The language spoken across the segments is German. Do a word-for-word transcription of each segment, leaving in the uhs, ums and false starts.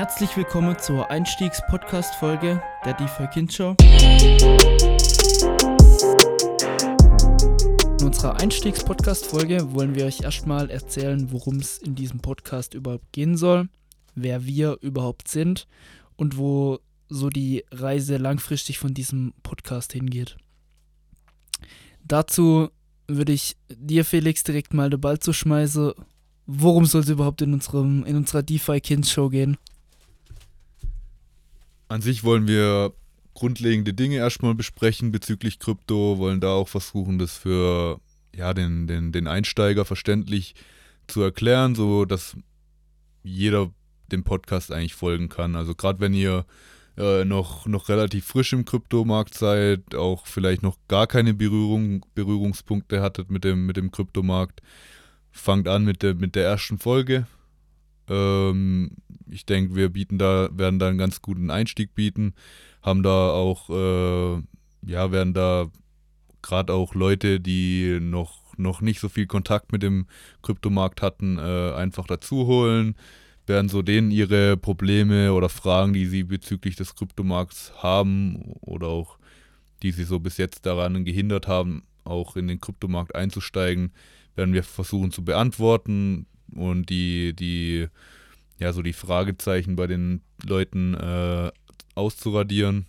Herzlich willkommen zur Einstiegs-Podcast-Folge der DeFi Kind Show. In unserer Einstiegs-Podcast-Folge wollen wir euch erstmal erzählen, worum es in diesem Podcast überhaupt gehen soll, wer wir überhaupt sind und wo so die Reise langfristig von diesem Podcast hingeht. Dazu würde ich dir, Felix, direkt mal den Ball zuschmeißen. Worum soll es überhaupt in unserem in unserer DeFi Kind Show gehen? An sich wollen wir grundlegende Dinge erstmal besprechen bezüglich Krypto, wollen da auch versuchen, das für ja, den, den, den Einsteiger verständlich zu erklären, so dass jeder dem Podcast eigentlich folgen kann. Also gerade wenn ihr äh, noch, noch relativ frisch im Kryptomarkt seid, auch vielleicht noch gar keine Berührung, Berührungspunkte hattet mit dem, mit dem Kryptomarkt, fangt an mit der, mit der ersten Folge. Ähm, ich denke, wir bieten da, werden da einen ganz guten Einstieg bieten, haben da auch, äh, ja, werden da gerade auch Leute, die noch, noch nicht so viel Kontakt mit dem Kryptomarkt hatten, äh, einfach dazu holen, werden so denen ihre Probleme oder Fragen, die sie bezüglich des Kryptomarkts haben oder auch die sie so bis jetzt daran gehindert haben, auch in den Kryptomarkt einzusteigen, werden wir versuchen zu beantworten und die, die, ja, so die Fragezeichen bei den Leuten äh, auszuradieren.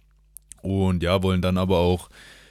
Und ja, wollen dann aber auch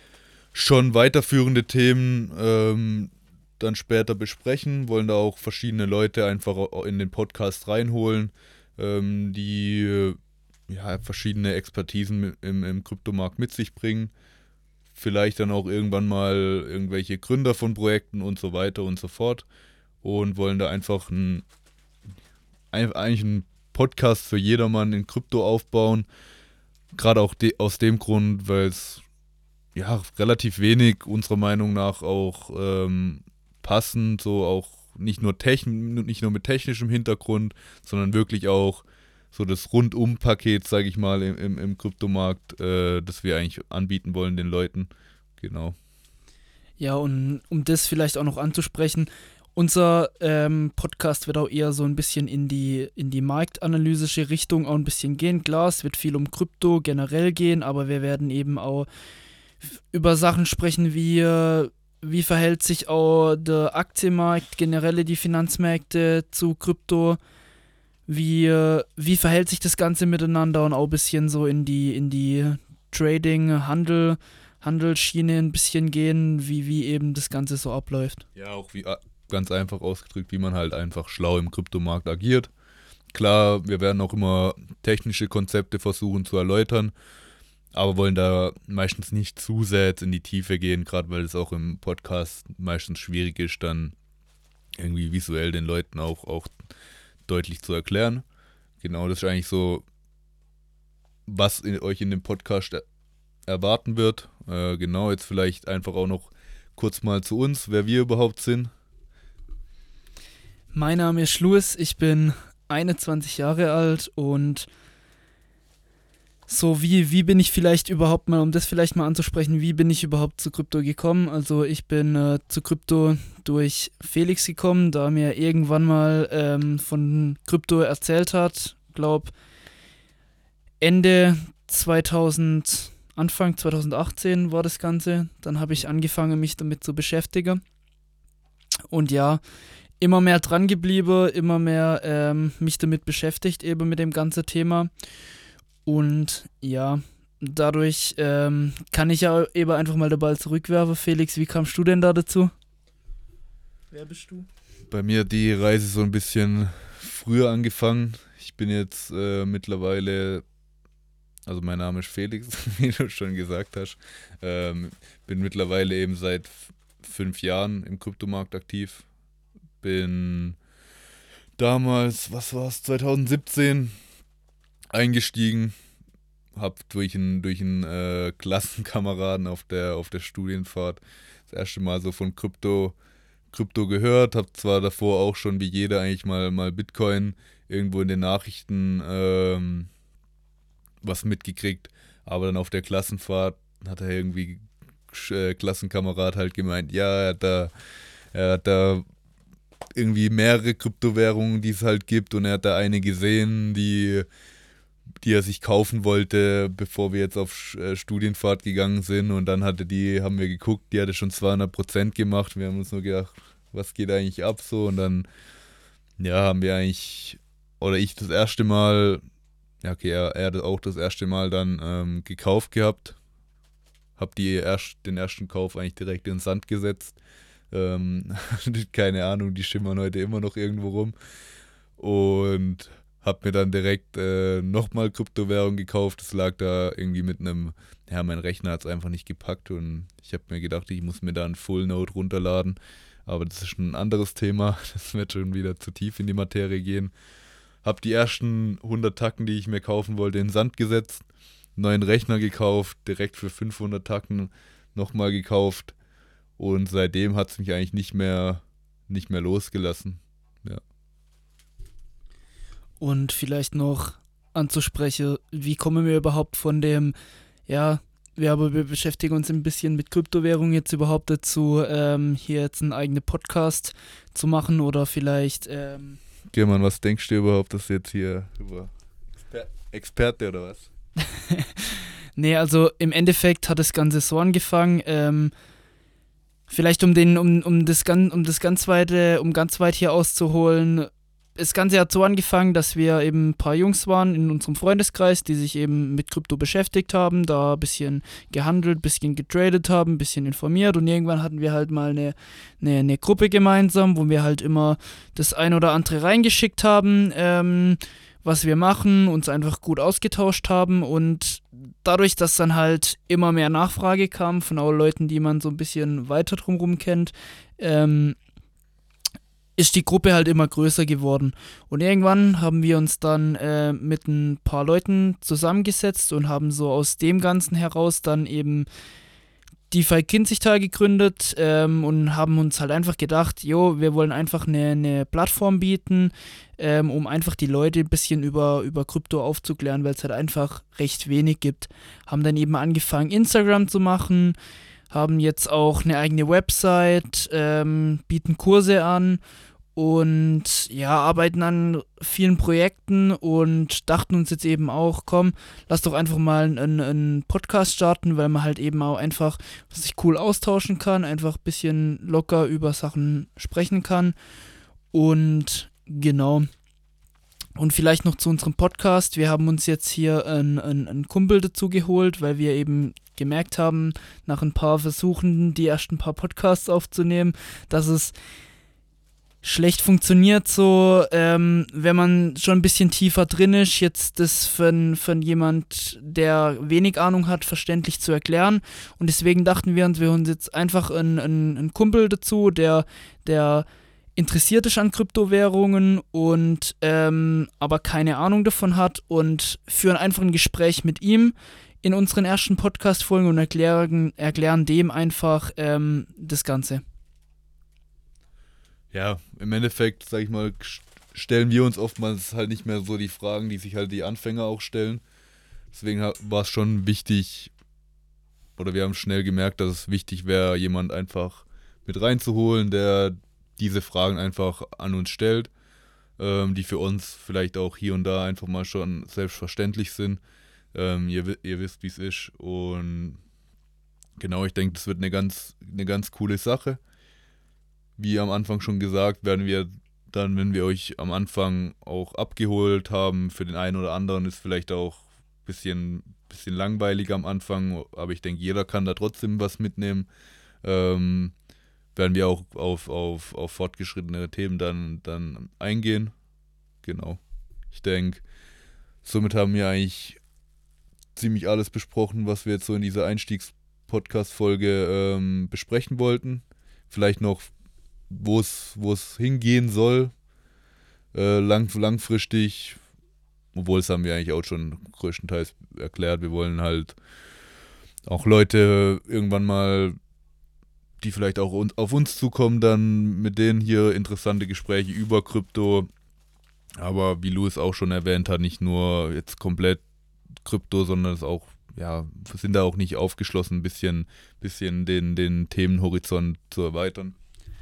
schon weiterführende Themen ähm, dann später besprechen, wollen da auch verschiedene Leute einfach in den Podcast reinholen, ähm, die ja, verschiedene Expertisen im, im Kryptomarkt mit sich bringen. Vielleicht dann auch irgendwann mal irgendwelche Gründer von Projekten und so weiter und so fort. Und wollen da einfach ein, eigentlich einen Podcast für jedermann in Krypto aufbauen. Gerade auch de- aus dem Grund, weil es ja relativ wenig unserer Meinung nach auch ähm, passend, so auch nicht nur, techn- nicht nur mit technischem Hintergrund, sondern wirklich auch so das Rundum-Paket, sage ich mal, im, im, im Kryptomarkt, äh, das wir eigentlich anbieten wollen den Leuten. Genau. Ja, und um das vielleicht auch noch anzusprechen, unser ähm, Podcast wird auch eher so ein bisschen in die, in die marktanalysische Richtung auch ein bisschen gehen. Klar, es wird viel um Krypto generell gehen, aber wir werden eben auch f- über Sachen sprechen wie, äh, wie verhält sich auch der Aktienmarkt, generell die Finanzmärkte zu Krypto, wie, äh, wie verhält sich das Ganze miteinander und auch ein bisschen so in die, in die Trading, Handel, Handelsschiene ein bisschen gehen, wie, wie eben das Ganze so abläuft. Ja, auch wie ganz einfach ausgedrückt, wie man halt einfach schlau im Kryptomarkt agiert. Klar, wir werden auch immer technische Konzepte versuchen zu erläutern, aber wollen da meistens nicht zu sehr jetzt in die Tiefe gehen, gerade weil es auch im Podcast meistens schwierig ist, dann irgendwie visuell den Leuten auch, auch deutlich zu erklären. Genau, das ist eigentlich so, was in, euch in dem Podcast er, erwarten wird. Äh, genau, jetzt vielleicht einfach auch noch kurz mal zu uns, wer wir überhaupt sind. Mein Name ist Louis, ich bin einundzwanzig Jahre alt und so wie, wie bin ich vielleicht überhaupt mal, um das vielleicht mal anzusprechen, wie bin ich überhaupt zu Krypto gekommen? Also ich bin äh, zu Krypto durch Felix gekommen, da er mir irgendwann mal ähm, von Krypto erzählt hat, glaube Ende zweitausend, Anfang zwanzig achtzehn war das Ganze, dann habe ich angefangen, mich damit zu beschäftigen und ja, immer mehr dran geblieben, immer mehr ähm, mich damit beschäftigt, eben mit dem ganzen Thema. Und ja, dadurch ähm, kann ich ja eben einfach mal den Ball zurückwerfen. Felix, wie kamst du denn da dazu? Wer bist du? Bei mir hat die Reise so ein bisschen früher angefangen. Ich bin jetzt äh, mittlerweile, also mein Name ist Felix, wie du schon gesagt hast. Ähm, bin mittlerweile eben seit f- fünf Jahren im Kryptomarkt aktiv. Bin damals, was war es, zwanzig siebzehn eingestiegen. Hab durch einen durch einen äh, Klassenkameraden auf der auf der Studienfahrt das erste Mal so von Krypto Krypto gehört. Hab zwar davor auch schon wie jeder eigentlich mal mal Bitcoin irgendwo in den Nachrichten ähm, was mitgekriegt, aber dann auf der Klassenfahrt hat er irgendwie äh, Klassenkamerad halt gemeint, ja, er hat da er hat da irgendwie mehrere Kryptowährungen, die es halt gibt, und er hat da eine gesehen, die, die er sich kaufen wollte, bevor wir jetzt auf äh, Studienfahrt gegangen sind, und dann hatte die, haben wir geguckt, die hatte schon zweihundert Prozent gemacht, wir haben uns nur gedacht, was geht eigentlich ab so, und dann, ja, haben wir eigentlich, oder ich das erste Mal, ja okay, er, er hat auch das erste Mal dann ähm, gekauft gehabt, hab die erst, den ersten Kauf eigentlich direkt in den Sand gesetzt. Ähm, keine Ahnung, die schimmern heute immer noch irgendwo rum. Und hab mir dann direkt äh, nochmal Kryptowährung gekauft. Das lag da irgendwie mit einem, ja, mein Rechner hat es einfach nicht gepackt, und ich habe mir gedacht, ich muss mir da einen Full Node runterladen. Aber das ist schon ein anderes Thema. Das wird schon wieder zu tief in die Materie gehen. Hab die ersten hundert Tacken, die ich mir kaufen wollte, in den Sand gesetzt. Neuen Rechner gekauft, direkt für fünfhundert Tacken nochmal gekauft, und seitdem hat es mich eigentlich nicht mehr, nicht mehr losgelassen. Ja. Und vielleicht noch anzusprechen, wie kommen wir überhaupt von dem, ja, wir, aber wir beschäftigen uns ein bisschen mit Kryptowährung jetzt überhaupt dazu, ähm, hier jetzt einen eigenen Podcast zu machen, oder vielleicht... Ähm German, was denkst du überhaupt, dass du jetzt hier über Exper- Experte oder was? Nee, also im Endeffekt hat das Ganze so angefangen, ähm, vielleicht um den, um, um das ganz, um das ganz weite, um ganz weit hier auszuholen. Das Ganze hat so angefangen, dass wir eben ein paar Jungs waren in unserem Freundeskreis, die sich eben mit Krypto beschäftigt haben, da ein bisschen gehandelt, ein bisschen getradet haben, ein bisschen informiert, und irgendwann hatten wir halt mal eine, eine, eine Gruppe gemeinsam, wo wir halt immer das ein oder andere reingeschickt haben, ähm, was wir machen, uns einfach gut ausgetauscht haben, und dadurch, dass dann halt immer mehr Nachfrage kam von auch Leuten, die man so ein bisschen weiter drumherum kennt, ähm, ist die Gruppe halt immer größer geworden. Und irgendwann haben wir uns dann äh, mit ein paar Leuten zusammengesetzt und haben so aus dem Ganzen heraus dann eben DeFi Kinzigtal gegründet, ähm, und haben uns halt einfach gedacht, jo, wir wollen einfach eine, eine Plattform bieten, ähm, um einfach die Leute ein bisschen über, über Krypto aufzuklären, weil es halt einfach recht wenig gibt. Haben dann eben angefangen, Instagram zu machen, haben jetzt auch eine eigene Website, ähm, bieten Kurse an und ja, arbeiten an vielen Projekten und dachten uns jetzt eben auch, komm, lass doch einfach mal einen, einen Podcast starten, weil man halt eben auch einfach sich cool austauschen kann, einfach ein bisschen locker über Sachen sprechen kann. Und genau. Und vielleicht noch zu unserem Podcast. Wir haben uns jetzt hier einen, einen, einen Kumpel dazu geholt, weil wir eben gemerkt haben, nach ein paar Versuchen, die ersten paar Podcasts aufzunehmen, dass es schlecht funktioniert, so, ähm, wenn man schon ein bisschen tiefer drin ist, jetzt das für, für jemand, der wenig Ahnung hat, verständlich zu erklären. Und deswegen dachten wir uns, wir holen jetzt einfach einen, einen, einen Kumpel dazu, der, der interessiert ist an Kryptowährungen und ähm, aber keine Ahnung davon hat, und führen einfach ein Gespräch mit ihm in unseren ersten Podcast-Folgen und erklären, erklären dem einfach ähm, das Ganze. Ja, im Endeffekt, sag ich mal, stellen wir uns oftmals halt nicht mehr so die Fragen, die sich halt die Anfänger auch stellen. Deswegen war es schon wichtig, oder wir haben schnell gemerkt, dass es wichtig wäre, jemand einfach mit reinzuholen, der diese Fragen einfach an uns stellt, ähm, die für uns vielleicht auch hier und da einfach mal schon selbstverständlich sind. Ähm, ihr, ihr wisst, wie es ist, und genau, ich denke, das wird eine ganz, eine ganz coole Sache. Wie am Anfang schon gesagt, werden wir dann, wenn wir euch am Anfang auch abgeholt haben, für den einen oder anderen ist vielleicht auch ein bisschen, bisschen langweilig am Anfang, aber ich denke, jeder kann da trotzdem was mitnehmen. Ähm, werden wir auch auf, auf, auf fortgeschrittene Themen dann, dann eingehen. Genau. Ich denke, somit haben wir eigentlich ziemlich alles besprochen, was wir jetzt so in dieser Einstiegs-Podcast-Folge ähm, besprechen wollten. Vielleicht noch, wo es wo es hingehen soll, äh, lang, langfristig, obwohl es haben wir eigentlich auch schon größtenteils erklärt. Wir wollen halt auch Leute irgendwann mal, die vielleicht auch un- auf uns zukommen, dann mit denen hier interessante Gespräche über Krypto. Aber wie Louis auch schon erwähnt hat, nicht nur jetzt komplett Krypto, sondern es auch, ja, wir sind da auch nicht aufgeschlossen, ein bisschen, bisschen den, den Themenhorizont zu erweitern.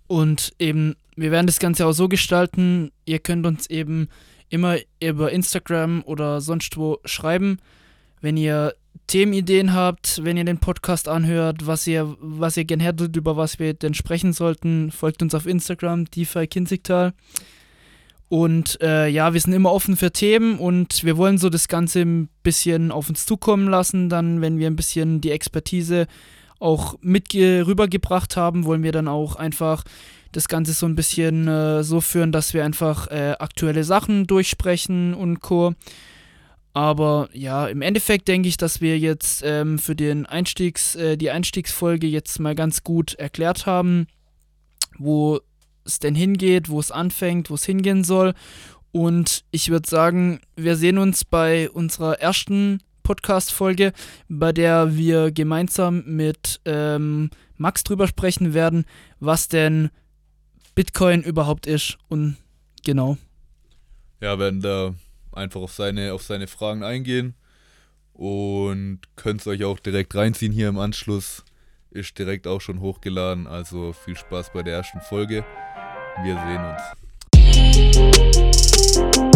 Und eben, wir werden das Ganze auch so gestalten, ihr könnt uns eben immer über Instagram oder sonst wo schreiben, wenn ihr Themenideen habt, wenn ihr den Podcast anhört, was ihr, was ihr gern hättet, über was wir denn sprechen sollten, folgt uns auf Instagram, DeFi Kinzigtal. Und äh, ja, wir sind immer offen für Themen und wir wollen so das Ganze ein bisschen auf uns zukommen lassen. Dann, wenn wir ein bisschen die Expertise auch mit rübergebracht haben, wollen wir dann auch einfach das Ganze so ein bisschen äh, so führen, dass wir einfach äh, aktuelle Sachen durchsprechen und Co. Aber ja, im Endeffekt denke ich, dass wir jetzt ähm, für den Einstiegs, äh, die Einstiegsfolge jetzt mal ganz gut erklärt haben, wo es denn hingeht, wo es anfängt, wo es hingehen soll. Und ich würde sagen, wir sehen uns bei unserer ersten Podcast-Folge, bei der wir gemeinsam mit ähm, Max drüber sprechen werden, was denn Bitcoin überhaupt ist. Und genau. Ja, werden da einfach auf seine, auf seine Fragen eingehen und könnt es euch auch direkt reinziehen hier im Anschluss. Ist direkt auch schon hochgeladen, also viel Spaß bei der ersten Folge. Wir sehen uns.